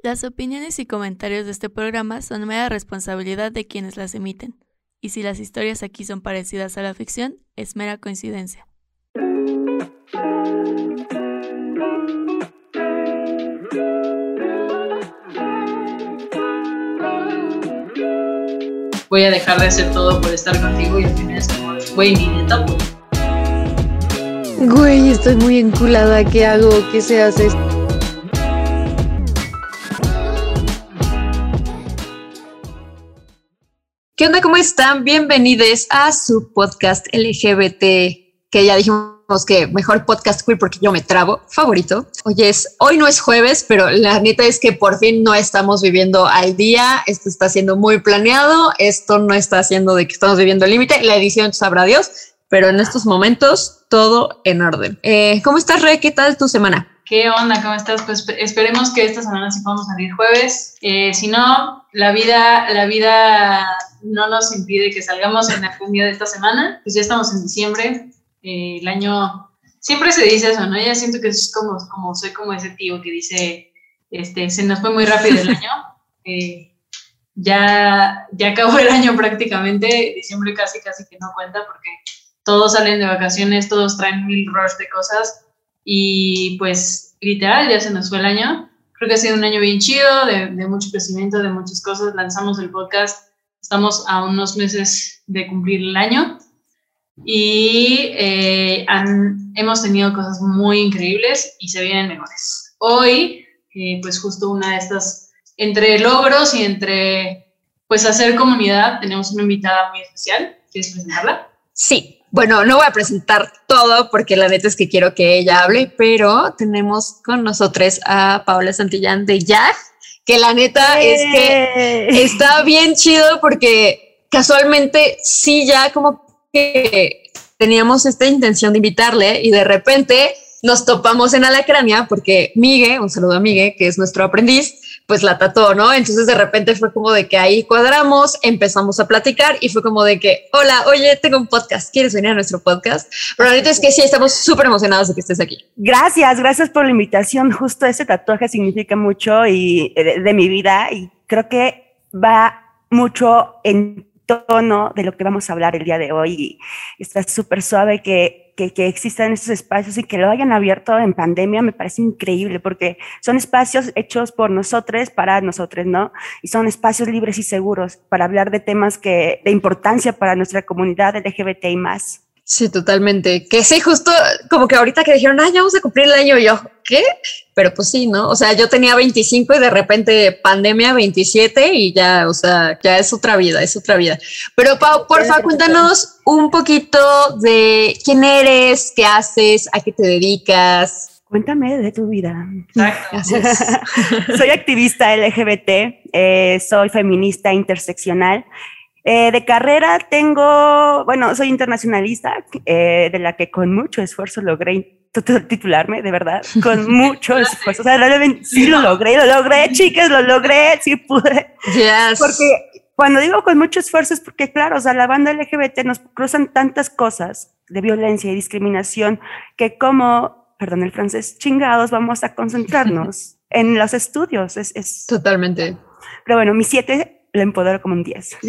Las opiniones y comentarios de este programa son mera responsabilidad de quienes las emiten, y si las historias aquí son parecidas a la ficción, es mera coincidencia. Voy a dejar de hacer todo por estar contigo y al final es como, güey, ni neta, pues. Güey, estoy muy enculada, ¿qué hago? ¿Qué se hace? ¿Qué onda? ¿Cómo están? Bienvenidos a su podcast LGBT, que ya dijimos que mejor podcast queer porque yo me trabo, favorito. Hoy no es jueves, pero la neta es que por fin no estamos viviendo al día. Esto está siendo muy planeado. Esto no está haciendo de que estamos viviendo el límite. La edición sabrá Dios, pero en estos momentos todo en orden. ¿Cómo estás, Re? ¿Qué tal tu semana? ¿Qué onda? ¿Cómo estás? Pues esperemos que esta semana sí podamos salir jueves. Si no, la vida no nos impide que salgamos en algún día de esta semana. Pues ya estamos en diciembre. El año, siempre se dice eso, ¿no? Ya siento que es como soy como ese tío que dice, se nos fue muy rápido el año. Ya acabó el año prácticamente. Diciembre casi que no cuenta porque todos salen de vacaciones, todos traen mil rush de cosas. Y pues literal ya se nos fue el año. Creo que ha sido un año bien chido, de mucho crecimiento, de muchas cosas. Lanzamos el podcast, estamos a unos meses de cumplir el año y hemos tenido cosas muy increíbles y se vienen mejores. Hoy, pues justo una de estas, entre logros y entre pues hacer comunidad, tenemos una invitada muy especial. ¿Quieres presentarla? Sí. Bueno, no voy a presentar todo porque la neta es que quiero que ella hable, pero tenemos con nosotros a Paola Santillán de YAG, que la neta es que está bien chido porque casualmente sí ya como que teníamos esta intención de invitarle y de repente nos topamos en Alacrania porque Migue, un saludo a Migue, que es nuestro aprendiz, pues la tatuó, ¿no? Entonces de repente fue como de que ahí cuadramos, empezamos a platicar y fue como de que, hola, oye, tengo un podcast, ¿quieres venir a nuestro podcast? Pero ahorita es que sí, estamos súper emocionados de que estés aquí. Gracias por la invitación. Justo ese tatuaje significa mucho y de mi vida y creo que va mucho en tono de lo que vamos a hablar el día de hoy y está súper suave que existan estos espacios y que lo hayan abierto en pandemia me parece increíble porque son espacios hechos por nosotros, para nosotros, ¿no? Y son espacios libres y seguros para hablar de temas de importancia para nuestra comunidad LGBT y más. Sí, totalmente. Que sí, justo como que ahorita que dijeron, ya vamos a cumplir el año, y yo, ¿qué? Pero pues sí, ¿no? O sea, yo tenía 25 y de repente pandemia 27 y ya, o sea, ya es otra vida, es otra vida. Pero Pau, porfa, cuéntanos un poquito de quién eres, qué haces, a qué te dedicas. Cuéntame de tu vida. Gracias. Soy activista LGBT, soy feminista interseccional. De carrera soy internacionalista, de la que con mucho esfuerzo logré titularme, de verdad, con mucho esfuerzo. O sea, sí lo logré, chicas, lo logré, sí pude. Yes. Porque cuando digo con mucho esfuerzo es porque, claro, o sea, la banda LGBT nos cruzan tantas cosas de violencia y discriminación que perdón el francés, chingados, vamos a concentrarnos en los estudios. Totalmente. Pero bueno, mi 7 lo empodero como un 10.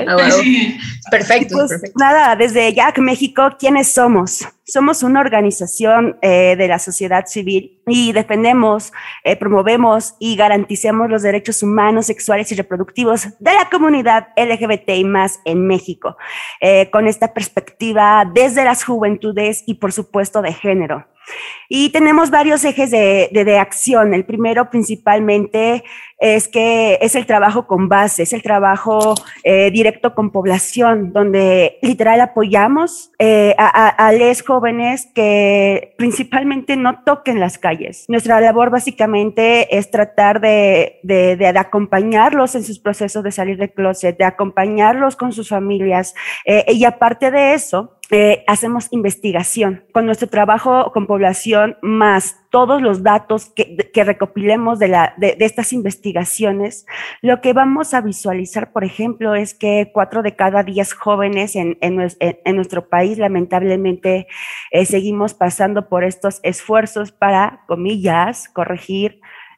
Perfecto, pues, perfecto. Nada, desde YAG México, ¿quiénes somos? Somos una organización de la sociedad civil y defendemos, promovemos y garanticemos los derechos humanos, sexuales y reproductivos de la comunidad LGBT y más en México, con esta perspectiva desde las juventudes y por supuesto de género. Y tenemos varios ejes de acción. El primero principalmente es el trabajo con base, es el trabajo directo con población, donde literal apoyamos a les jóvenes que principalmente no toquen las calles. Nuestra labor básicamente es tratar de acompañarlos en sus procesos de salir del closet, de acompañarlos con sus familias y aparte de eso, hacemos investigación con nuestro trabajo con población más todos los datos que recopilemos de estas investigaciones. Lo que vamos a visualizar, por ejemplo, es que 4 de cada 10 jóvenes en nuestro país lamentablemente seguimos pasando por estos esfuerzos para, comillas, corregir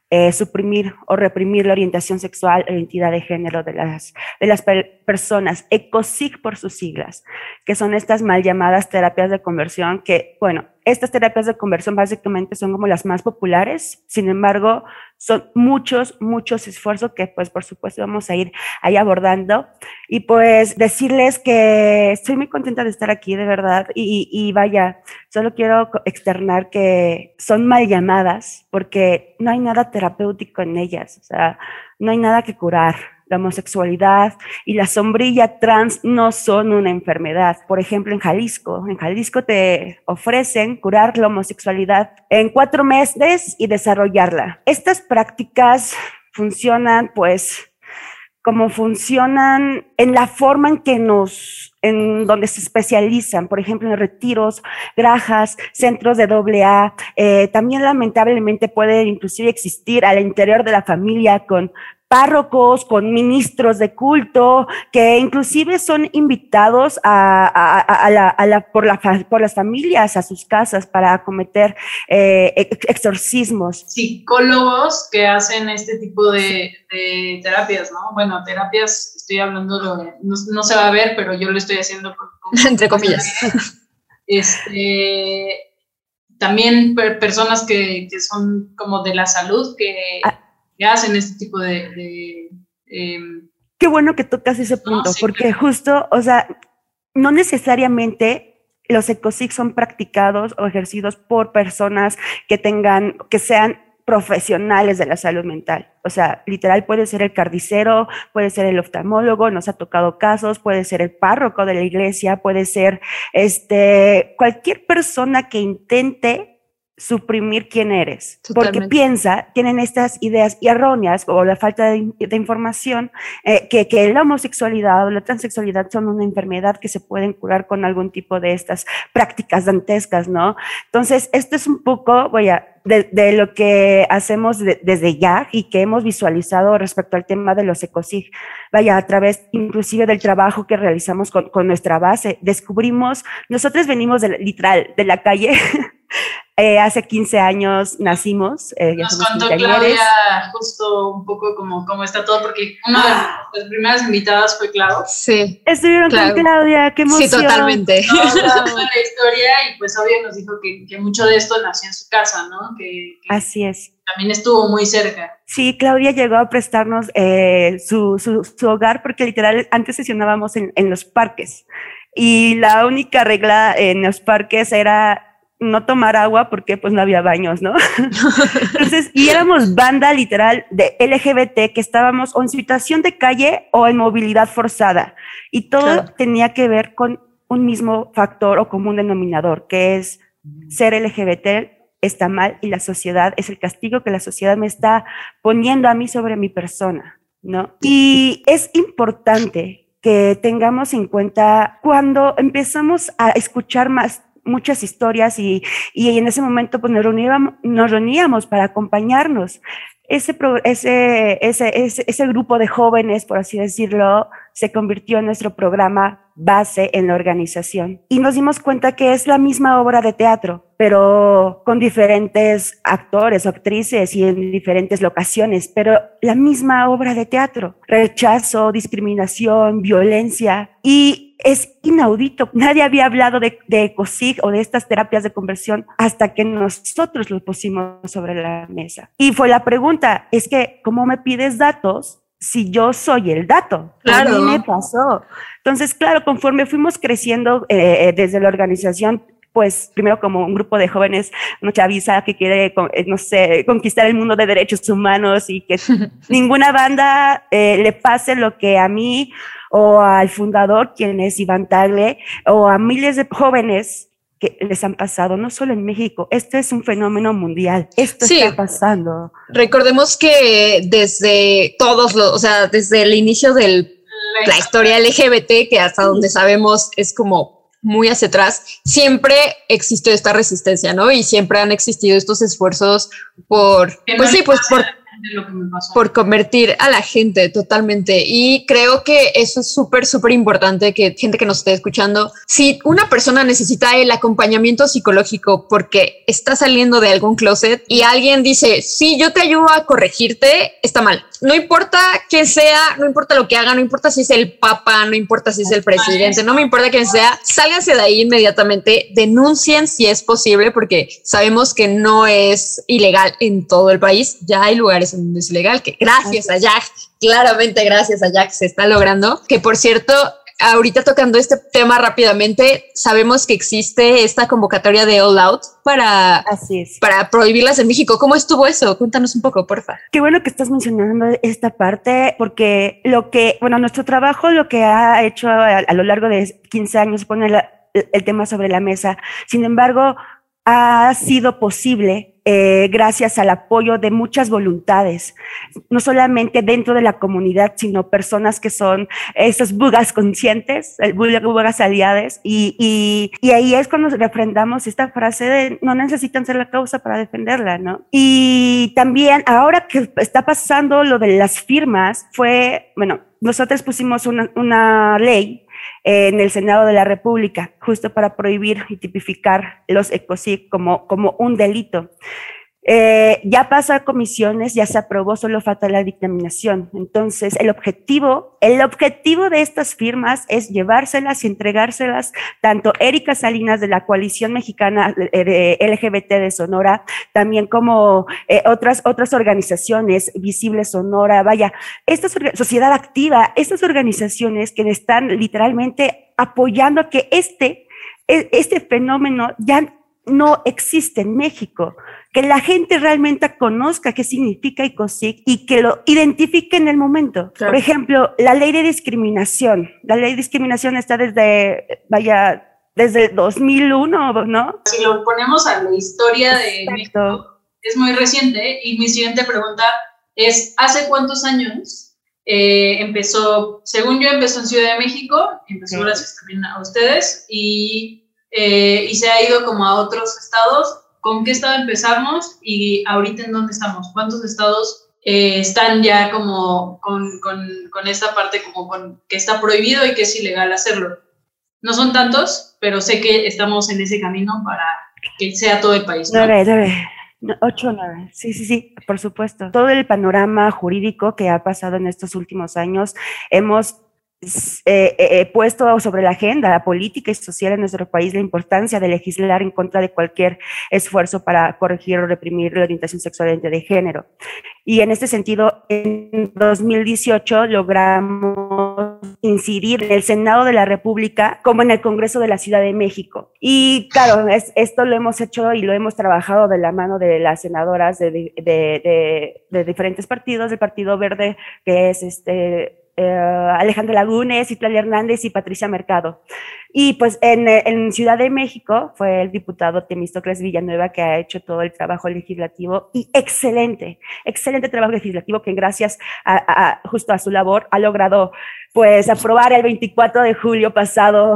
suprimir o reprimir la orientación sexual o identidad de género de las personas, ECOSIG por sus siglas, que son estas mal llamadas terapias de conversión que, bueno, estas terapias de conversión básicamente son como las más populares, sin embargo, son muchos esfuerzos que pues por supuesto vamos a ir ahí abordando y pues decirles que estoy muy contenta de estar aquí de verdad y vaya, solo quiero externar que son mal llamadas porque no hay nada terapéutico en ellas, o sea, no hay nada que curar. La homosexualidad y la sombrilla trans no son una enfermedad. Por ejemplo, en Jalisco te ofrecen curar la homosexualidad en 4 meses y desarrollarla. Estas prácticas funcionan, pues, como funcionan en la forma en donde se especializan, por ejemplo, en retiros, granjas, centros de AA. También lamentablemente puede inclusive existir al interior de la familia con párrocos, con ministros de culto, que inclusive son invitados por las familias a sus casas para cometer exorcismos. Psicólogos que hacen este tipo de terapias, ¿no? Bueno, terapias, estoy hablando de, no se va a ver, pero yo lo estoy haciendo entre comillas. También personas que son como de la salud, que hacen este tipo de Qué bueno que tocas ese punto, sí, porque justo, o sea, no necesariamente los ECOSIG son practicados o ejercidos por personas que sean profesionales de la salud mental. O sea, literal puede ser el carnicero, puede ser el oftalmólogo, nos ha tocado casos, puede ser el párroco de la iglesia, puede ser cualquier persona que intente suprimir quién eres. Totalmente. Porque tienen estas ideas erróneas o la falta de información que la homosexualidad o la transexualidad son una enfermedad que se pueden curar con algún tipo de estas prácticas dantescas, ¿no? Entonces, esto es un poco, de lo que hacemos desde ya y que hemos visualizado respecto al tema de los ECOSIG. A través inclusive del trabajo que realizamos con nuestra base, descubrimos, nosotros venimos literal de la calle. Hace 15 años nacimos. Nos contó Claudia justo un poco cómo está todo, porque una de las primeras invitadas fue Clau. Sí. Estuvieron con Claudia, qué emoción. Sí, totalmente. La historia y pues obvio nos dijo que mucho de esto nació en su casa, ¿no? Que así es. También estuvo muy cerca. Sí, Claudia llegó a prestarnos su hogar porque literal antes sesionábamos en los parques y la única regla en los parques era no tomar agua porque pues no había baños, ¿no? Entonces, y éramos banda literal de LGBT que estábamos o en situación de calle o en movilidad forzada y todo tenía que ver con un mismo factor o común denominador, que es ser LGBT está mal y la sociedad es el castigo que la sociedad me está poniendo a mí sobre mi persona, ¿no? Y es importante que tengamos en cuenta cuando empezamos a escuchar muchas historias y en ese momento pues nos reuníamos para acompañarnos. Ese grupo de jóvenes, por así decirlo, se convirtió en nuestro programa base en la organización. Y nos dimos cuenta que es la misma obra de teatro, pero con diferentes actores o actrices y en diferentes locaciones, pero la misma obra de teatro. Rechazo, discriminación, violencia. Y es inaudito. Nadie había hablado de ECOSIG o de estas terapias de conversión hasta que nosotros lo pusimos sobre la mesa. Y fue la pregunta, es que, ¿cómo me pides datos si yo soy el dato? Claro. A mí me pasó. Entonces, claro, conforme fuimos creciendo desde la organización, pues primero como un grupo de jóvenes, una chaviza que quiere, no sé, conquistar el mundo de derechos humanos y que ninguna banda le pase lo que a mí o al fundador, quien es Iván Tagle, o a miles de jóvenes que les han pasado, no solo en México. Esto es un fenómeno mundial. Esto está pasando. Recordemos que desde desde el inicio de la historia LGBT, que hasta donde sabemos es como muy hacia atrás, siempre existió esta resistencia, ¿no? Y siempre han existido estos esfuerzos por lo que me pasó. Por convertir a la gente totalmente. Y creo que eso es súper, súper importante, que gente que nos esté escuchando, si una persona necesita el acompañamiento psicológico porque está saliendo de algún closet y alguien dice, sí, yo te ayudo a corregirte, está mal. No importa quién sea, no importa lo que haga, no importa si es el papa, no importa si es el presidente, no me importa quién sea, sálganse de ahí inmediatamente, denuncien si es posible, porque sabemos que no es ilegal en todo el país, ya hay lugares en donde es ilegal, que gracias a Jack, claramente gracias a Jack se está logrando, que por cierto, ahorita tocando este tema rápidamente, sabemos que existe esta convocatoria de All Out para prohibirlas en México. ¿Cómo estuvo eso? Cuéntanos un poco, porfa. Qué bueno que estás mencionando esta parte, porque nuestro trabajo, lo que ha hecho a lo largo de 15 años, pone el tema sobre la mesa. Sin embargo, ha sido posible gracias al apoyo de muchas voluntades, no solamente dentro de la comunidad, sino personas que son esos bugas conscientes, bugas aliadas, y ahí es cuando refrendamos esta frase de no necesitan ser la causa para defenderla, ¿no? Y también ahora que está pasando lo de las firmas, nosotros pusimos una ley en el Senado de la República, justo para prohibir y tipificar los ecocidio como un delito. Ya pasó a comisiones, ya se aprobó, solo falta la dictaminación. Entonces, el objetivo de estas firmas es llevárselas y entregárselas tanto Erika Salinas de la Coalición Mexicana de LGBT de Sonora, también como otras organizaciones, Visible Sonora, Sociedad Activa, estas organizaciones que están literalmente apoyando que este fenómeno ya no existe en México, que la gente realmente conozca qué significa ecocidio y que lo identifique en el momento. Claro. Por ejemplo, la ley de discriminación. La ley de discriminación está desde el 2001, ¿no? Si lo ponemos a la historia de México, es muy reciente, y mi siguiente pregunta es, ¿hace cuántos años empezó? Según yo, empezó en Ciudad de México, empezó gracias también a ustedes, y se ha ido como a otros estados. ¿Con qué estado empezamos y ahorita en dónde estamos? ¿Cuántos estados están ya como con esta parte como con que está prohibido y que es ilegal hacerlo? No son tantos, pero sé que estamos en ese camino para que sea todo el país, ¿no? 8 o 9, sí, por supuesto. Todo el panorama jurídico que ha pasado en estos últimos años, hemos puesto sobre la agenda política y social en nuestro país la importancia de legislar en contra de cualquier esfuerzo para corregir o reprimir la orientación sexual de género. Y en este sentido, en 2018 logramos incidir en el Senado de la República como en el Congreso de la Ciudad de México. Y claro, esto lo hemos hecho y lo hemos trabajado de la mano de las senadoras de diferentes partidos, del Partido Verde, que es Alejandra Lagunes, Citlali Hernández y Patricia Mercado. Y pues en Ciudad de México fue el diputado Temístocles Villanueva que ha hecho todo el trabajo legislativo, y excelente trabajo legislativo que gracias justo a su labor ha logrado pues aprobar el 24 de julio pasado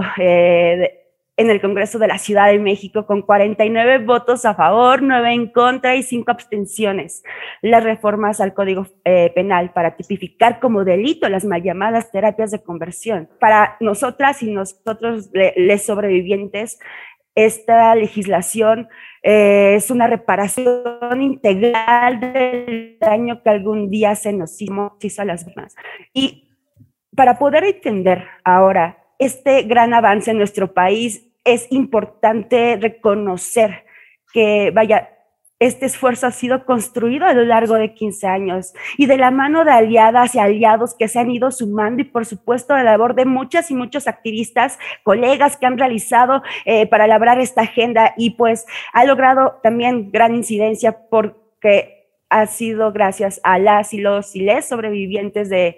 en el Congreso de la Ciudad de México con 49 votos a favor, 9 en contra y 5 abstenciones. Las reformas al Código Penal para tipificar como delito las mal llamadas terapias de conversión. Para nosotras y nosotros, les sobrevivientes, esta legislación es una reparación integral del daño que algún día se nos hizo a las víctimas. Y para poder entender ahora este gran avance en nuestro país, es importante reconocer que, este esfuerzo ha sido construido a lo largo de 15 años y de la mano de aliadas y aliados que se han ido sumando, y por supuesto la labor de muchas y muchos activistas, colegas que han realizado para elaborar esta agenda, y pues ha logrado también gran incidencia porque ha sido gracias a las y los y les sobrevivientes de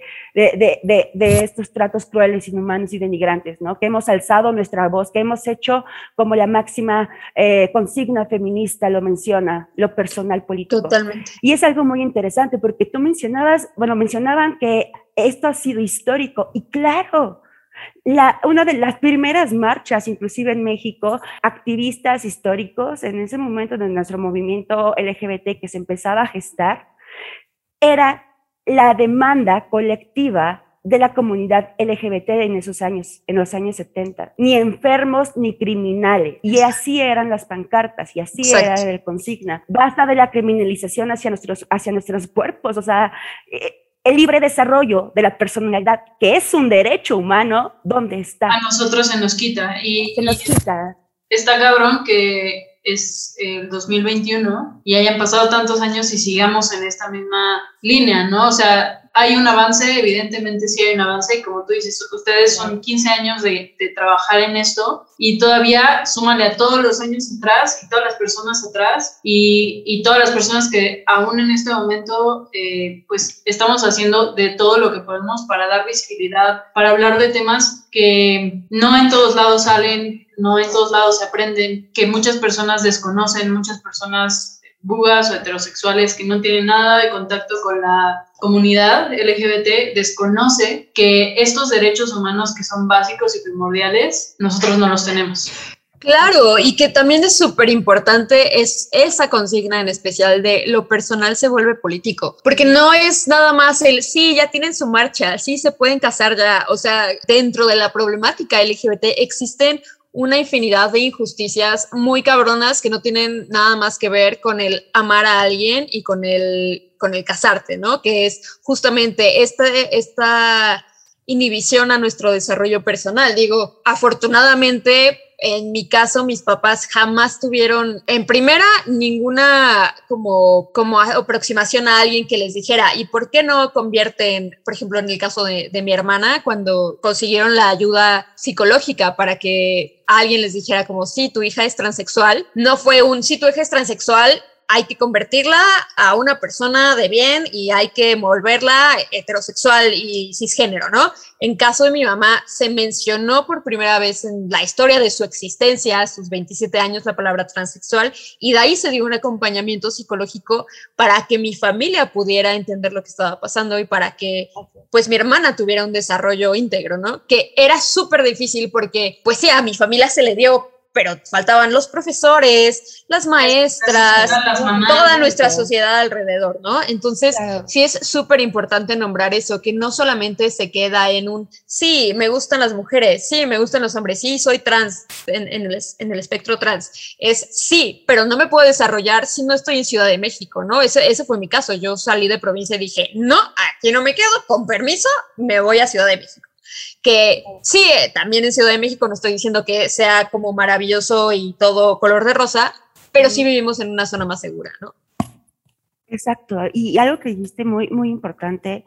estos tratos crueles, inhumanos y denigrantes, ¿no? Que hemos alzado nuestra voz, que hemos hecho como la máxima consigna feminista lo menciona, lo personal político. Totalmente. Y es algo muy interesante porque tú mencionaban que esto ha sido histórico, y claro, una de las primeras marchas, inclusive en México, activistas históricos en ese momento de nuestro movimiento LGBT que se empezaba a gestar, era la demanda colectiva de la comunidad LGBT en esos años, en los años 70. Ni enfermos ni criminales. Y así eran las pancartas y así era el consigna. Basta de la criminalización hacia nuestros cuerpos, o sea, el libre desarrollo de la personalidad, que es un derecho humano, ¿dónde está? A nosotros se nos quita. Se nos quita. Está cabrón que es el 2021 y hayan pasado tantos años y sigamos en esta misma línea, ¿no? O sea, hay un avance, evidentemente sí hay un avance, y como tú dices, ustedes son 15 años de trabajar en esto, y todavía súmale a todos los años atrás, y todas las personas atrás, y todas las personas que aún en este momento, pues estamos haciendo de todo lo que podemos para dar visibilidad, para hablar de temas que no en todos lados salen, no en todos lados se aprenden, que muchas personas desconocen, muchas personas bugas o heterosexuales que no tienen nada de contacto con la comunidad LGBT desconoce que estos derechos humanos que son básicos y primordiales, nosotros no los tenemos. Claro, y que también es súper importante es esa consigna en especial de lo personal se vuelve político, porque no es nada más el sí, ya tienen su marcha, sí se pueden casar ya, o sea, dentro de la problemática LGBT existen una infinidad de injusticias muy cabronas que no tienen nada más que ver con el amar a alguien y con el casarte, ¿no? Que es justamente esta inhibición a nuestro desarrollo personal. Digo, afortunadamente, en mi caso, mis papás jamás tuvieron, en primera, ninguna como aproximación a alguien que les dijera, ¿y por qué no convierten, por ejemplo, en el caso de mi hermana, cuando consiguieron la ayuda psicológica para que alguien les dijera como, sí, tu hija es transexual? No fue sí, tu hija es transexual, hay que convertirla a una persona de bien y hay que volverla heterosexual y cisgénero, ¿no? En caso de mi mamá, se mencionó por primera vez en la historia de su existencia, a sus 27 años, la palabra transexual, y de ahí se dio un acompañamiento psicológico para que mi familia pudiera entender lo que estaba pasando y para que, pues, mi hermana tuviera un desarrollo íntegro, ¿no? Que era súper difícil porque, pues sí, a mi familia se le dio, pero faltaban los profesores, las maestras, toda nuestra sociedad alrededor, ¿no? Entonces, claro, sí es súper importante nombrar eso, que no solamente se queda en un, sí, me gustan las mujeres, sí, me gustan los hombres, sí, soy trans, en el espectro trans, es sí, pero no me puedo desarrollar si no estoy en Ciudad de México, ¿no? Ese fue mi caso, yo salí de provincia y dije, no, aquí no me quedo, con permiso, me voy a Ciudad de México. Que sí, también en Ciudad de México no estoy diciendo que sea como maravilloso y todo color de rosa, pero sí vivimos en una zona más segura, ¿no? Exacto, y algo que dijiste muy, muy importante,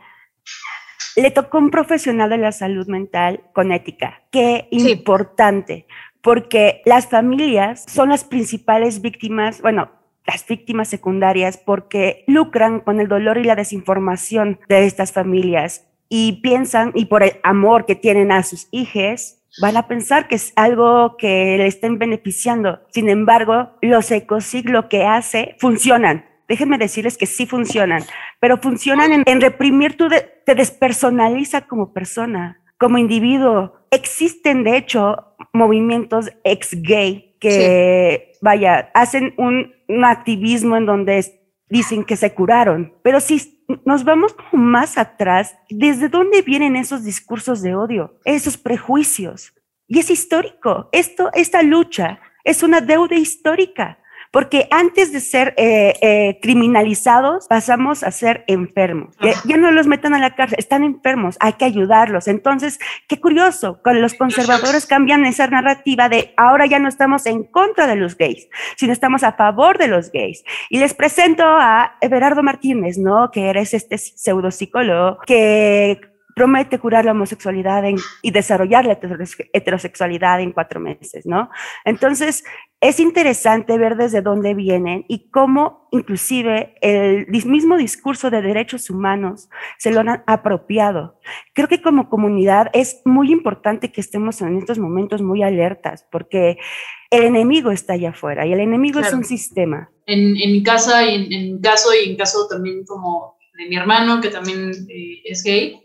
le tocó un profesional de la salud mental con ética, qué importante, porque las familias son las principales víctimas, bueno, las víctimas secundarias, porque lucran con el dolor y la desinformación de estas familias. Y piensan, y por el amor que tienen a sus hijos, van a pensar que es algo que le estén beneficiando. Sin embargo, los ECOSIG lo que hace, funcionan. Déjenme decirles que sí funcionan, pero funcionan en reprimir, te despersonaliza como persona, como individuo. Existen, de hecho, movimientos ex-gay que, hacen un activismo en donde dicen que se curaron, pero si nos vamos como más atrás, ¿desde dónde vienen esos discursos de odio, esos prejuicios? Y es histórico. Esta lucha es una deuda histórica, porque antes de ser criminalizados, pasamos a ser enfermos. Ya no los metan a la cárcel, están enfermos, hay que ayudarlos. Entonces, qué curioso, cuando los conservadores cambian esa narrativa de ahora ya no estamos en contra de los gays, sino estamos a favor de los gays. Y les presento a Everardo Martínez, ¿no? Que eres este pseudopsicólogo que promete curar la homosexualidad y desarrollar la heterosexualidad en 4 meses, ¿no? Entonces, es interesante ver desde dónde vienen y cómo inclusive el mismo discurso de derechos humanos se lo han apropiado. Creo que como comunidad es muy importante que estemos en estos momentos muy alertas, porque el enemigo está allá afuera y el enemigo es un sistema. En mi casa y en caso también como de mi hermano, que también es gay,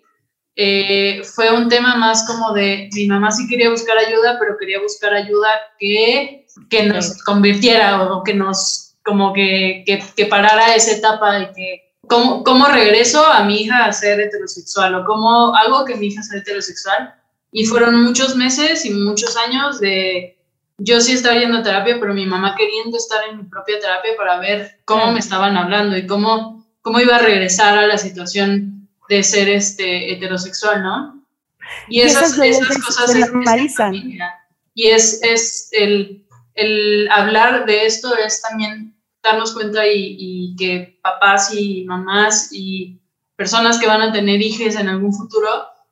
fue un tema más como de mi mamá sí quería buscar ayuda, pero quería buscar ayuda que nos convirtiera o que nos como que parara esa etapa y que cómo regreso a mi hija a ser heterosexual o cómo hago que mi hija sea heterosexual. Y fueron muchos meses y muchos años de yo sí estaba yendo a terapia, pero mi mamá queriendo estar en mi propia terapia para ver cómo me estaban hablando y cómo iba a regresar a la situación de ser heterosexual, ¿no? Y esas cosas se normalizan. Y es el hablar de esto es también darnos cuenta y que papás y mamás y personas que van a tener hijos en algún futuro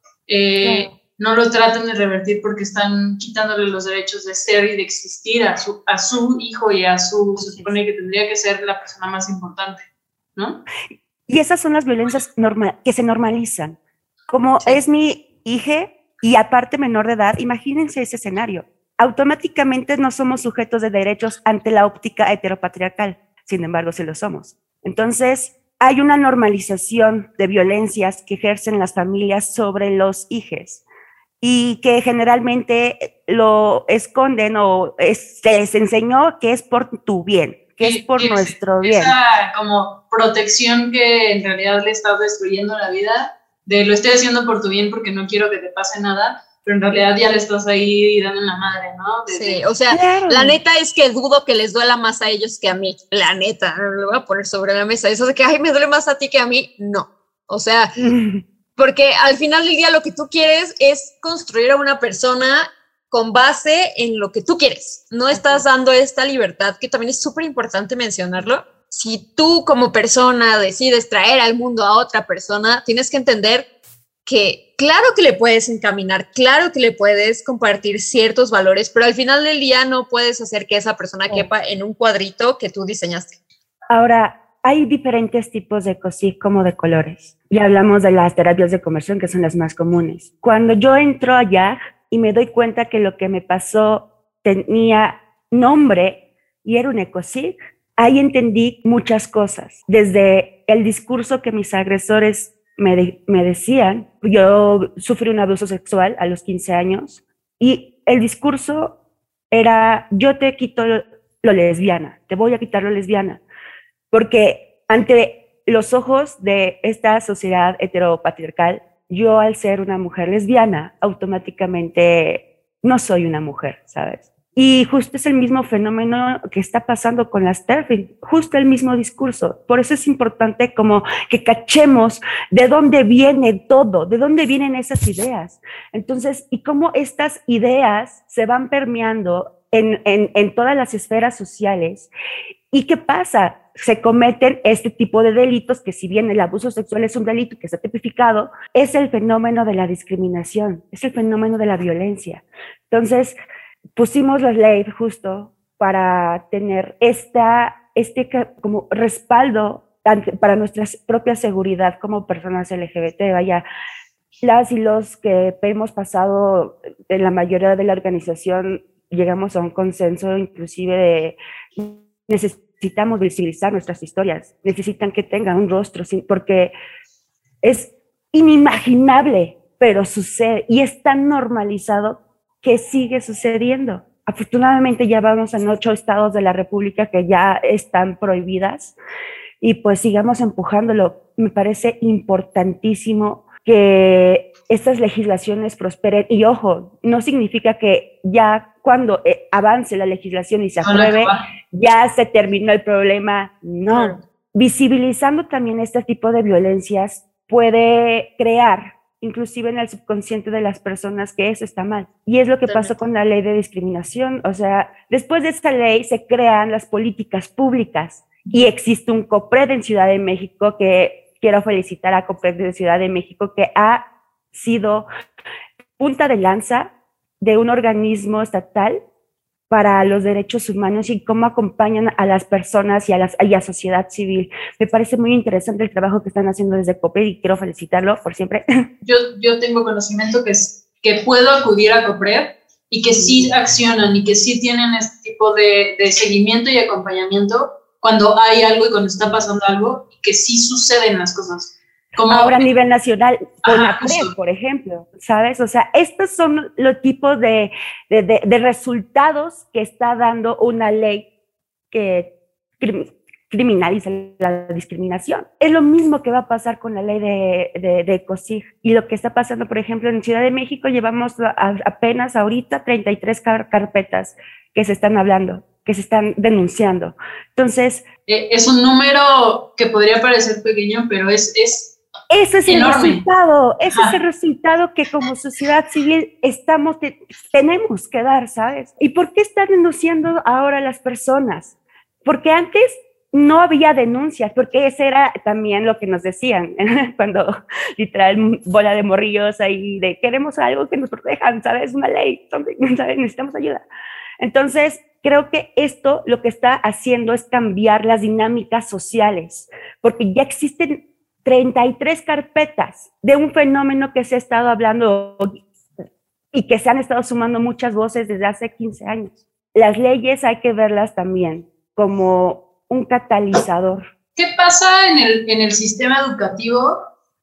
no lo traten de revertir porque están quitándole los derechos de ser y de existir a su hijo y se supone que tendría que ser la persona más importante, ¿no? Y esas son las violencias que se normalizan. Como es mi hija y aparte menor de edad, imagínense ese escenario. Automáticamente no somos sujetos de derechos ante la óptica heteropatriarcal, sin embargo sí lo somos. Entonces hay una normalización de violencias que ejercen las familias sobre los hijos y que generalmente lo esconden o se les enseñó que es por tu bien, que es por nuestro bien. Esa como protección que en realidad le estás destruyendo la vida, de lo estoy haciendo por tu bien porque no quiero que te pase nada, pero en realidad ya le estás ahí dando en la madre, ¿no? Sí, o sea, claro. La neta es que dudo que les duela más a ellos que a mí, la neta, lo voy a poner sobre la mesa, eso de que, ay, me duele más a ti que a mí, no, o sea, porque al final del día lo que tú quieres es construir a una persona con base en lo que tú quieres, no estás dando esta libertad, que también es súper importante mencionarlo. Si tú como persona decides traer al mundo a otra persona, tienes que entender que claro que le puedes encaminar, claro que le puedes compartir ciertos valores, pero al final del día no puedes hacer que esa persona quepa en un cuadrito que tú diseñaste. Ahora, hay diferentes tipos de COSIG como de colores. Ya hablamos de las terapias de conversión, que son las más comunes. Cuando yo entro allá y me doy cuenta que lo que me pasó tenía nombre y era un ECOSIG, ahí entendí muchas cosas. Desde el discurso que mis agresores me decían, yo sufrí un abuso sexual a los 15 años y el discurso era, yo te quito lo lesbiana, te voy a quitar lo lesbiana, porque ante los ojos de esta sociedad heteropatriarcal, yo al ser una mujer lesbiana, automáticamente no soy una mujer, ¿sabes? Y justo es el mismo fenómeno que está pasando con las TERF, justo el mismo discurso. Por eso es importante como que cachemos de dónde viene todo, de dónde vienen esas ideas. Entonces, y cómo estas ideas se van permeando en todas las esferas sociales. ¿Y qué pasa? Se cometen este tipo de delitos que, si bien el abuso sexual es un delito que está tipificado, es el fenómeno de la discriminación, es el fenómeno de la violencia. Entonces, pusimos la ley justo para tener este como respaldo para nuestra propia seguridad como personas LGBT. Vaya, las y los que hemos pasado en la mayoría de la organización llegamos a un consenso inclusive de necesitamos visibilizar nuestras historias, necesitan que tengan un rostro, porque es inimaginable, pero sucede y es tan normalizado que sigue sucediendo. Afortunadamente ya vamos en 8 estados de la República que ya están prohibidas y pues sigamos empujándolo. Me parece importantísimo que estas legislaciones prosperen y ojo, no significa que ya cuando avance la legislación y se apruebe, ya se terminó el problema, no. Visibilizando también este tipo de violencias puede crear inclusive en el subconsciente de las personas que eso está mal. Y es lo que pasó con la ley de discriminación. O sea, después de esta ley se crean las políticas públicas y existe un COPRED en Ciudad de México, que quiero felicitar a COPRED de Ciudad de México, que ha sido punta de lanza de un organismo estatal para los derechos humanos y cómo acompañan a las personas y a la sociedad civil. Me parece muy interesante el trabajo que están haciendo desde COPRED y quiero felicitarlo por siempre. Yo tengo conocimiento que puedo acudir a COPRED y que sí accionan y que sí tienen este tipo de seguimiento y acompañamiento cuando hay algo y cuando está pasando algo y que sí suceden las cosas. Como ahora a nivel nacional, con APRED, por ejemplo, ¿sabes? O sea, estos son los tipos de resultados que está dando una ley que criminaliza la discriminación. Es lo mismo que va a pasar con la ley de COSIG. Y lo que está pasando, por ejemplo, en Ciudad de México, llevamos apenas ahorita 33 carpetas que se están hablando, que se están denunciando. Entonces... es un número que podría parecer pequeño, pero ese es enorme. El resultado, ese es el resultado que como sociedad civil tenemos que dar, ¿sabes? ¿Y por qué están denunciando ahora las personas? Porque antes no había denuncias, porque ese era también lo que nos decían cuando literal bola de morrillos ahí de queremos algo que nos protejan, ¿sabes? Una ley, ¿sabes? Necesitamos ayuda. Entonces, creo que esto lo que está haciendo es cambiar las dinámicas sociales, porque ya existen 33 carpetas de un fenómeno que se ha estado hablando y que se han estado sumando muchas voces desde hace 15 años. Las leyes hay que verlas también como un catalizador. ¿Qué pasa en el sistema educativo?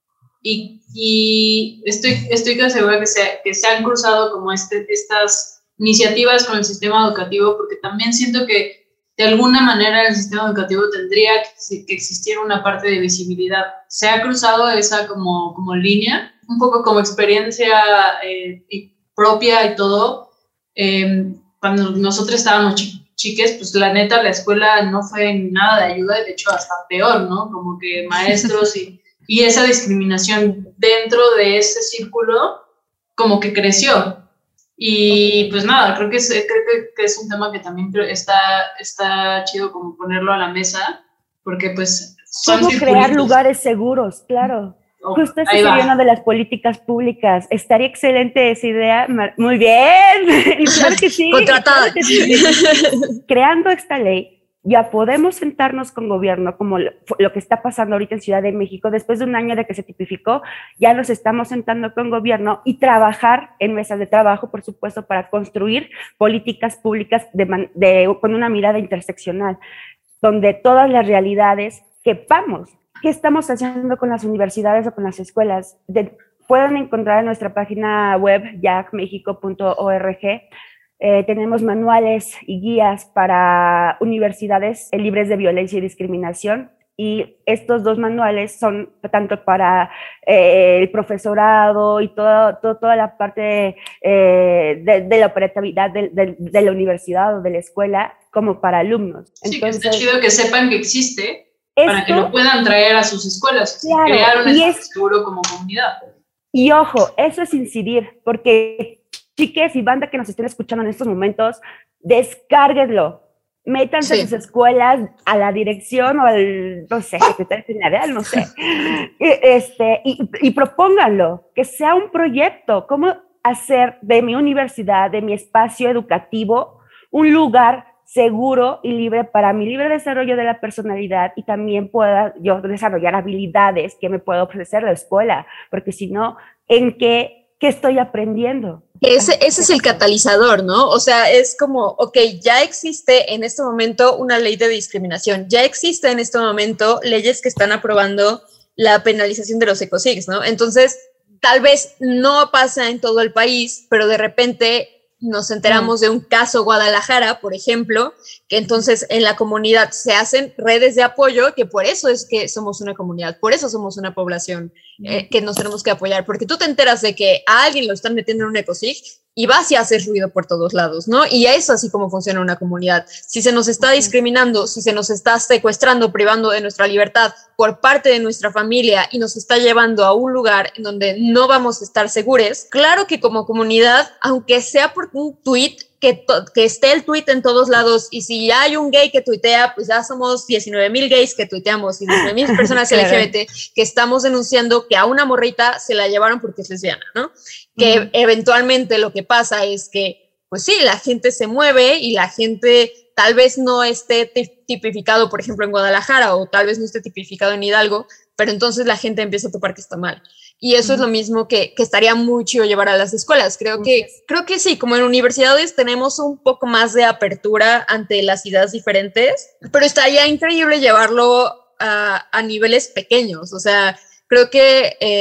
Y estoy casi segura que se han cruzado como estas iniciativas con el sistema educativo, porque también siento que de alguna manera en el sistema educativo tendría que existir una parte de visibilidad. ¿Se ha cruzado esa como línea? Un poco como experiencia propia y todo. Cuando nosotros estábamos chiques, pues la neta la escuela no fue nada de ayuda, de hecho hasta peor, ¿no? Como que maestros y esa discriminación dentro de ese círculo como que creció. Y pues nada, creo que es un tema que también está chido como ponerlo a la mesa, porque pues son ¿cómo crear lugares seguros? Claro. Justo esa sería una de las políticas públicas. Estaría excelente esa idea. Muy bien. Claro que sí. Contratada. Claro que sí. Creando esta ley, ya podemos sentarnos con gobierno, como lo que está pasando ahorita en Ciudad de México. Después de un año de que se tipificó, ya nos estamos sentando con gobierno y trabajar en mesas de trabajo, por supuesto, para construir políticas públicas con una mirada interseccional, donde todas las realidades quepamos. ¿Qué estamos haciendo con las universidades o con las escuelas? Pueden encontrar en nuestra página web, yagmexico.org. Tenemos manuales y guías para universidades libres de violencia y discriminación, y estos dos manuales son tanto para el profesorado y toda la parte de la operatividad de la universidad o de la escuela, como para alumnos. Sí, entonces, que está chido que sepan que existe para que lo puedan traer a sus escuelas, claro, crear un espacio seguro como comunidad. Y ojo, eso es incidir, porque chiques y banda que nos estén escuchando en estos momentos, descárguenlo, métanse a sus escuelas, a la dirección o al, no sé, secretario general, no sé, y propónganlo, que sea un proyecto, cómo hacer de mi universidad, de mi espacio educativo, un lugar seguro y libre para mi libre desarrollo de la personalidad, y también pueda yo desarrollar habilidades que me pueda ofrecer la escuela, porque si no, ¿en qué estoy aprendiendo? Ese es el catalizador, ¿no? O sea, es como, ok, ya existe en este momento una ley de discriminación, ya existe en este momento leyes que están aprobando la penalización de los ecocigs, ¿no? Entonces, tal vez no pasa en todo el país, pero de repente nos enteramos de un caso Guadalajara, por ejemplo, que entonces en la comunidad se hacen redes de apoyo, que por eso es que somos una comunidad, por eso somos una población que nos tenemos que apoyar, porque tú te enteras de que a alguien lo están metiendo en un ecosig y vas y haces ruido por todos lados, ¿no? Y es así como funciona una comunidad. Si se nos está discriminando, si se nos está secuestrando, privando de nuestra libertad por parte de nuestra familia y nos está llevando a un lugar en donde no vamos a estar seguros, claro que como comunidad, aunque sea por un tweet, que esté el tweet en todos lados, y si hay un gay que tuitea, pues ya somos 19,000 gays que tuiteamos y 19,000 personas LGBT que estamos denunciando que a una morrita se la llevaron porque es lesbiana, ¿no? Que eventualmente lo que pasa es que, pues sí, la gente se mueve y la gente tal vez no esté tipificado, por ejemplo, en Guadalajara, o tal vez no esté tipificado en Hidalgo, pero entonces la gente empieza a topar que está mal. Y eso es lo mismo que estaría muy chido llevar a las escuelas. Creo que sí, como en universidades tenemos un poco más de apertura ante las ideas diferentes, pero estaría increíble llevarlo a niveles pequeños. O sea, creo que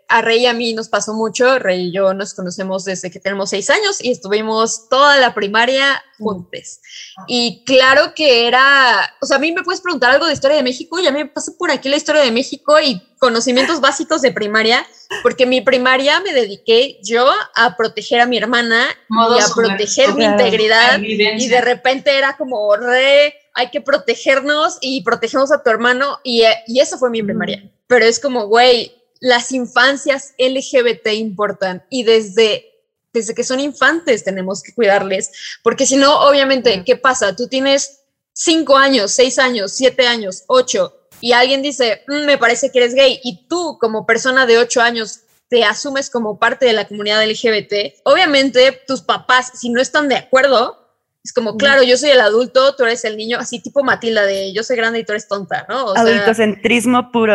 a Rey y a mí nos pasó mucho. Rey y yo nos conocemos desde que tenemos 6 años y estuvimos toda la primaria juntos. Y claro que era, o sea, a mí me puedes preguntar algo de historia de México y a mí me pasa por aquí la historia de México y conocimientos básicos de primaria, porque en mi primaria me dediqué yo a proteger a mi hermana y a proteger mi integridad, y de repente era como hay que protegernos y protegemos a tu hermano, y eso fue mi primaria. Pero es como, güey, las infancias LGBT importan, y desde que son infantes tenemos que cuidarles, porque si no, obviamente, ¿qué pasa? Tú tienes 5 años, 6 años, 7 años, 8, y alguien dice, me parece que eres gay, y tú como persona de 8 años te asumes como parte de la comunidad LGBT, obviamente tus papás, si no están de acuerdo, es como, claro, yo soy el adulto, tú eres el niño, así tipo Matilda de yo soy grande y tú eres tonta, ¿no? O adultocentrismo puro.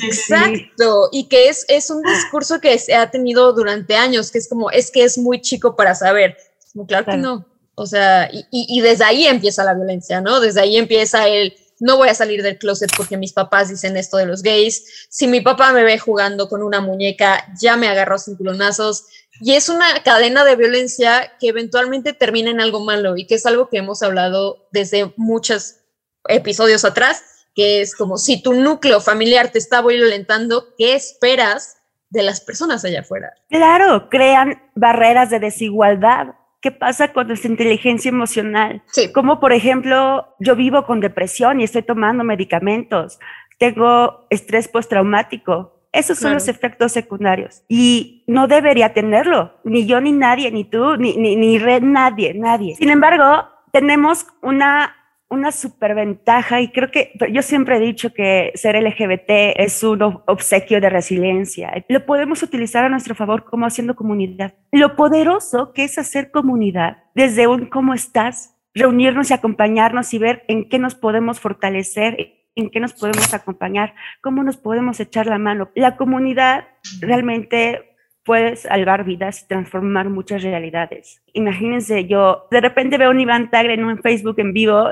Exacto, y que es un discurso que se ha tenido durante años, que es como, es que es muy chico para saber. Como, claro que no. O sea, y desde ahí empieza la violencia, ¿no? Desde ahí empieza no voy a salir del closet porque mis papás dicen esto de los gays. Si mi papá me ve jugando con una muñeca, ya me agarró cinturonazos. Y es una cadena de violencia que eventualmente termina en algo malo, y que es algo que hemos hablado desde muchos episodios atrás, que es como, si tu núcleo familiar te está violentando, ¿qué esperas de las personas allá afuera? Claro, crean barreras de desigualdad. ¿Qué pasa con nuestra inteligencia emocional? Sí. Como, por ejemplo, yo vivo con depresión y estoy tomando medicamentos, tengo estrés postraumático. Esos son los efectos secundarios, y no debería tenerlo, ni yo, ni nadie, ni tú, ni red, nadie. Sin embargo, tenemos una superventaja, y creo que yo siempre he dicho que ser LGBT es un obsequio de resiliencia. Lo podemos utilizar a nuestro favor, como haciendo comunidad. Lo poderoso que es hacer comunidad, desde un cómo estás, reunirnos y acompañarnos y ver en qué nos podemos fortalecer, en qué nos podemos acompañar, cómo nos podemos echar la mano. La comunidad realmente puede salvar vidas y transformar muchas realidades. Imagínense, yo de repente veo a un Iván Tagle en un Facebook en vivo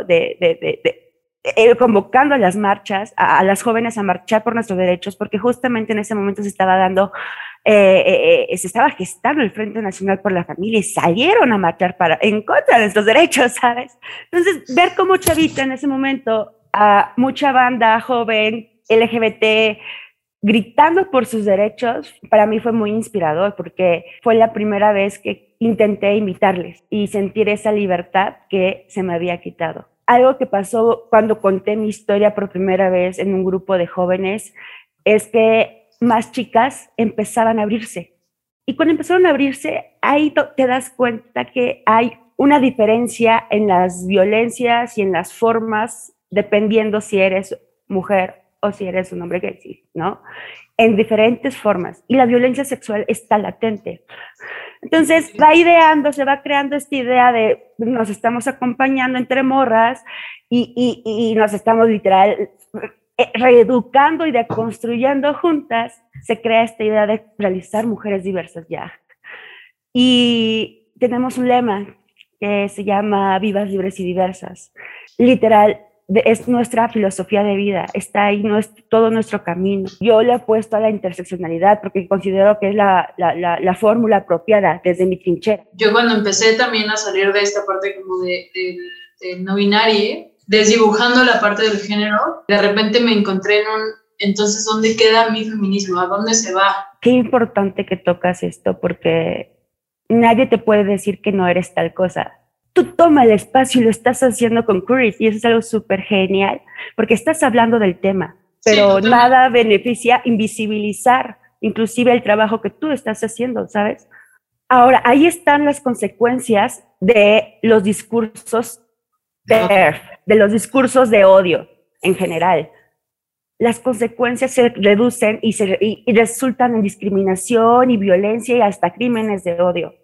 convocando a las marchas, a las jóvenes a marchar por nuestros derechos, porque justamente en ese momento se estaba se estaba gestando el Frente Nacional por la Familia, y salieron a marchar en contra de nuestros derechos, ¿sabes? Entonces, ver cómo Chavita en ese momento, a mucha banda joven LGBT gritando por sus derechos, para mí fue muy inspirador, porque fue la primera vez que intenté imitarles y sentir esa libertad que se me había quitado. Algo que pasó cuando conté mi historia por primera vez en un grupo de jóvenes es que más chicas empezaban a abrirse, y cuando empezaron a abrirse, ahí te das cuenta que hay una diferencia en las violencias y en las formas, dependiendo si eres mujer o si eres un hombre gay, ¿no? En diferentes formas. Y la violencia sexual está latente. Entonces, se va creando esta idea de nos estamos acompañando entre morras y nos estamos literal reeducando y deconstruyendo juntas. Se crea esta idea de realizar mujeres diversas ya. Y tenemos un lema que se llama Vivas, Libres y Diversas. Literal, es nuestra filosofía de vida, está ahí todo nuestro camino. Yo le he puesto a la interseccionalidad porque considero que es la fórmula apropiada desde mi trinchera. Yo cuando empecé también a salir de esta parte como de no binaria, desdibujando la parte del género, de repente me encontré entonces, ¿dónde queda mi feminismo? ¿A dónde se va? Qué importante que tocas esto, porque nadie te puede decir que no eres tal cosa. Tú toma el espacio y lo estás haciendo con courage, y eso es algo súper genial, porque estás hablando del tema, pero sí, nada beneficia invisibilizar inclusive el trabajo que tú estás haciendo, ¿sabes? Ahora, ahí están las consecuencias de los discursos de los discursos de odio en general. Las consecuencias se reducen y resultan en discriminación y violencia y hasta crímenes de odio.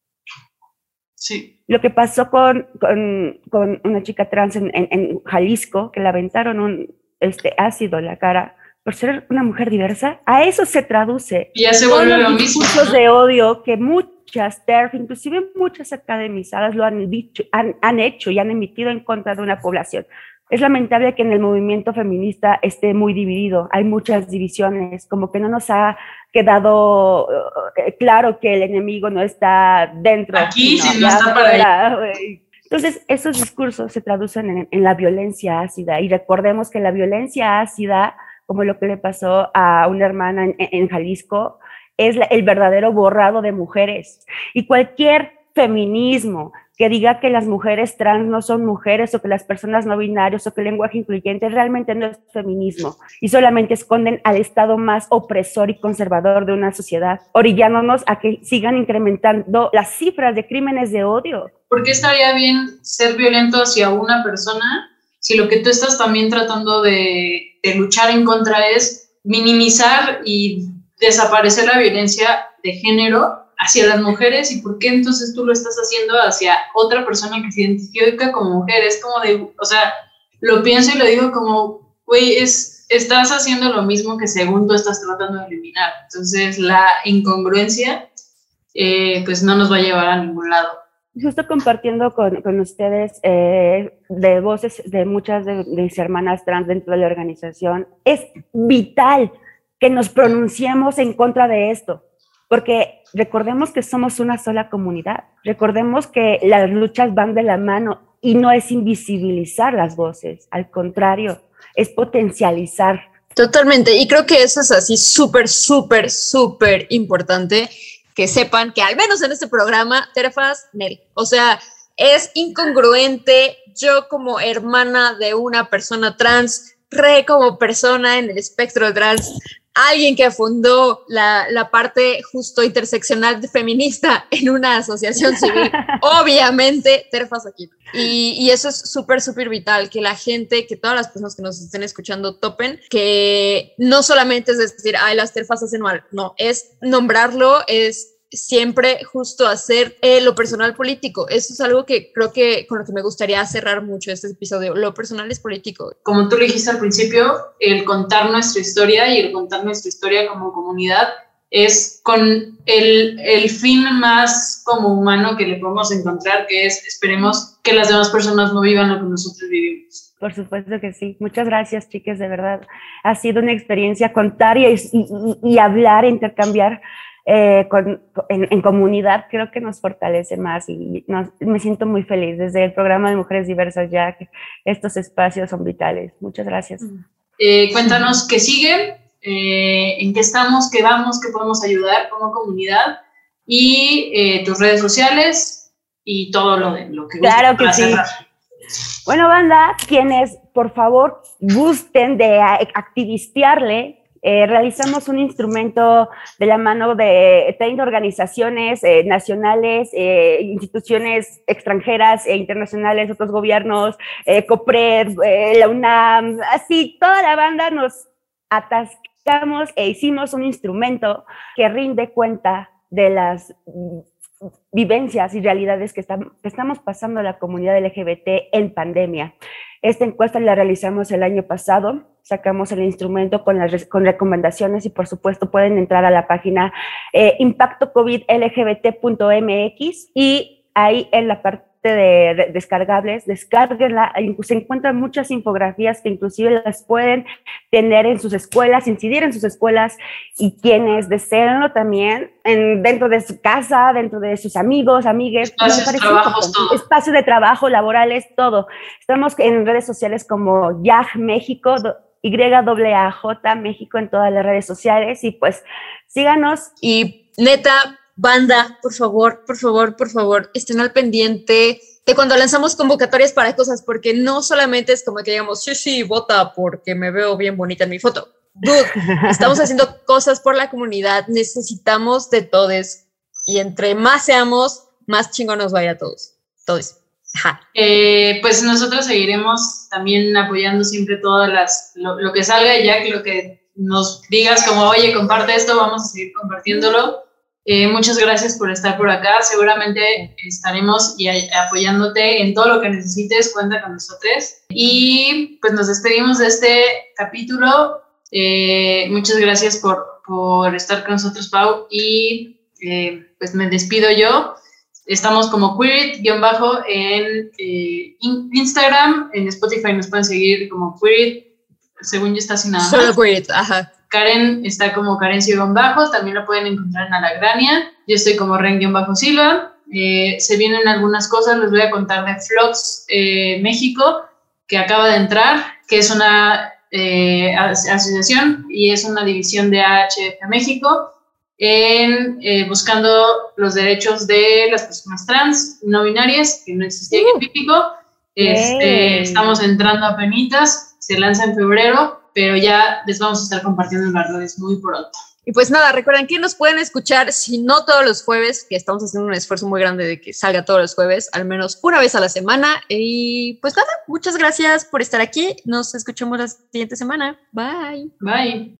Sí. Lo que pasó con una chica trans en Jalisco, que le aventaron un ácido en la cara por ser una mujer diversa, a eso se traduce. Y ya se vuelve lo mismo. Los discursos de odio que muchas TERF, inclusive muchas academizadas, lo han dicho, han hecho y han emitido en contra de una población. Es lamentable que en el movimiento feminista esté muy dividido, hay muchas divisiones, como que no nos ha quedado claro que el enemigo no está dentro. Aquí, si no está para allá. Entonces, esos discursos se traducen en la violencia ácida, y recordemos que la violencia ácida, como lo que le pasó a una hermana en Jalisco, es el verdadero borrado de mujeres. Y cualquier feminismo que diga que las mujeres trans no son mujeres, o que las personas no binarias, o que el lenguaje incluyente, realmente no es feminismo, y solamente esconden al estado más opresor y conservador de una sociedad, orillándonos a que sigan incrementando las cifras de crímenes de odio. ¿Por qué estaría bien ser violento hacia una persona si lo que tú estás también tratando de luchar en contra es minimizar y desaparecer la violencia de género hacia las mujeres? ¿Y por qué entonces tú lo estás haciendo hacia otra persona que se identifica como mujer? Es como de, o sea, lo pienso y lo digo como, güey, estás haciendo lo mismo que según tú estás tratando de eliminar. Entonces la incongruencia pues no nos va a llevar a ningún lado. Justo compartiendo con ustedes de voces de muchas de mis hermanas trans dentro de la organización, es vital que nos pronunciemos en contra de esto, porque recordemos que somos una sola comunidad, recordemos que las luchas van de la mano, y no es invisibilizar las voces, al contrario, es potencializar. Totalmente, y creo que eso es así súper importante, que sepan que al menos en este programa, Terfas, Nel, o sea, es incongruente yo como hermana de una persona trans, como persona en el espectro trans, alguien que fundó la parte justo interseccional feminista en una asociación civil, obviamente Terfas aquí. Y eso es súper vital, que la gente, que todas las personas que nos estén escuchando topen, que no solamente es decir, ay, las Terfas hacen mal, no, es nombrarlo, es siempre justo hacer lo personal político. Eso es algo que creo que con lo que me gustaría cerrar mucho este episodio. Lo personal es político. Como tú lo dijiste al principio, el contar nuestra historia y el contar nuestra historia como comunidad es con el fin más como humano que le podemos encontrar, que es, esperemos que las demás personas no vivan lo que nosotros vivimos. Por supuesto que sí. Muchas gracias, chicas, de verdad. Ha sido una experiencia contar y hablar, intercambiar en comunidad. Creo que nos fortalece más, y me siento muy feliz. Desde el programa de Mujeres Diversas ya que estos espacios son vitales. Muchas gracias. Cuéntanos qué sigue, en qué estamos, qué vamos, qué podemos ayudar como comunidad, y tus redes sociales y todo lo que claro que sí. Cerrar. Bueno, banda, quienes por favor gusten de activistearle, realizamos un instrumento de la mano de 30 organizaciones nacionales, instituciones extranjeras e internacionales, otros gobiernos, COPRED, la UNAM, así toda la banda nos atascamos e hicimos un instrumento que rinde cuenta de las vivencias y realidades que estamos pasando la comunidad LGBT en pandemia. Esta encuesta la realizamos el año pasado, sacamos el instrumento con recomendaciones, y por supuesto pueden entrar a la página impactocovidlgbt.mx, y ahí en la parte de descargables, descárguenla. Se encuentran muchas infografías que inclusive las pueden tener en sus escuelas, incidir en sus escuelas, y quienes deseenlo también dentro de su casa, dentro de sus amigos, amigues, espacios de trabajo, laborales, todo. Estamos en redes sociales como YAJ México, YAAJ México, en todas las redes sociales, y pues síganos. Y neta, banda, por favor, estén al pendiente de cuando lanzamos convocatorias para cosas, porque no solamente es como que digamos, sí, vota porque me veo bien bonita en mi foto. Dude, estamos haciendo cosas por la comunidad, necesitamos de todos, y entre más seamos, más chingón nos va a ir a todos. Pues nosotros seguiremos también apoyando siempre todas lo que salga, y ya que lo que nos digas como, oye, comparte esto, vamos a seguir compartiéndolo. Muchas gracias por estar por acá. Seguramente estaremos apoyándote en todo lo que necesites. Cuenta con nosotros. Y pues nos despedimos de este capítulo. Muchas gracias por estar con nosotros, Pau. Y pues me despido yo. Estamos como Queerit, en Instagram, en Spotify nos pueden seguir como Queerit, según yo está sin nada más. Solo Queerit, ajá. Karen está como Carencio-, también lo pueden encontrar en Alagrania. Yo estoy como Ren-Silva. Se vienen algunas cosas, les voy a contar de Flux México, que acaba de entrar, que es una asociación y es una división de AHF México, buscando los derechos de las personas trans, no binarias, que no existía en México. Estamos entrando a penitas, se lanza en febrero, pero ya les vamos a estar compartiendo en las redes muy pronto. Y pues nada, recuerden que nos pueden escuchar, si no todos los jueves, que estamos haciendo un esfuerzo muy grande de que salga todos los jueves, al menos una vez a la semana. Y pues nada, muchas gracias por estar aquí. Nos escuchamos la siguiente semana. Bye. Bye.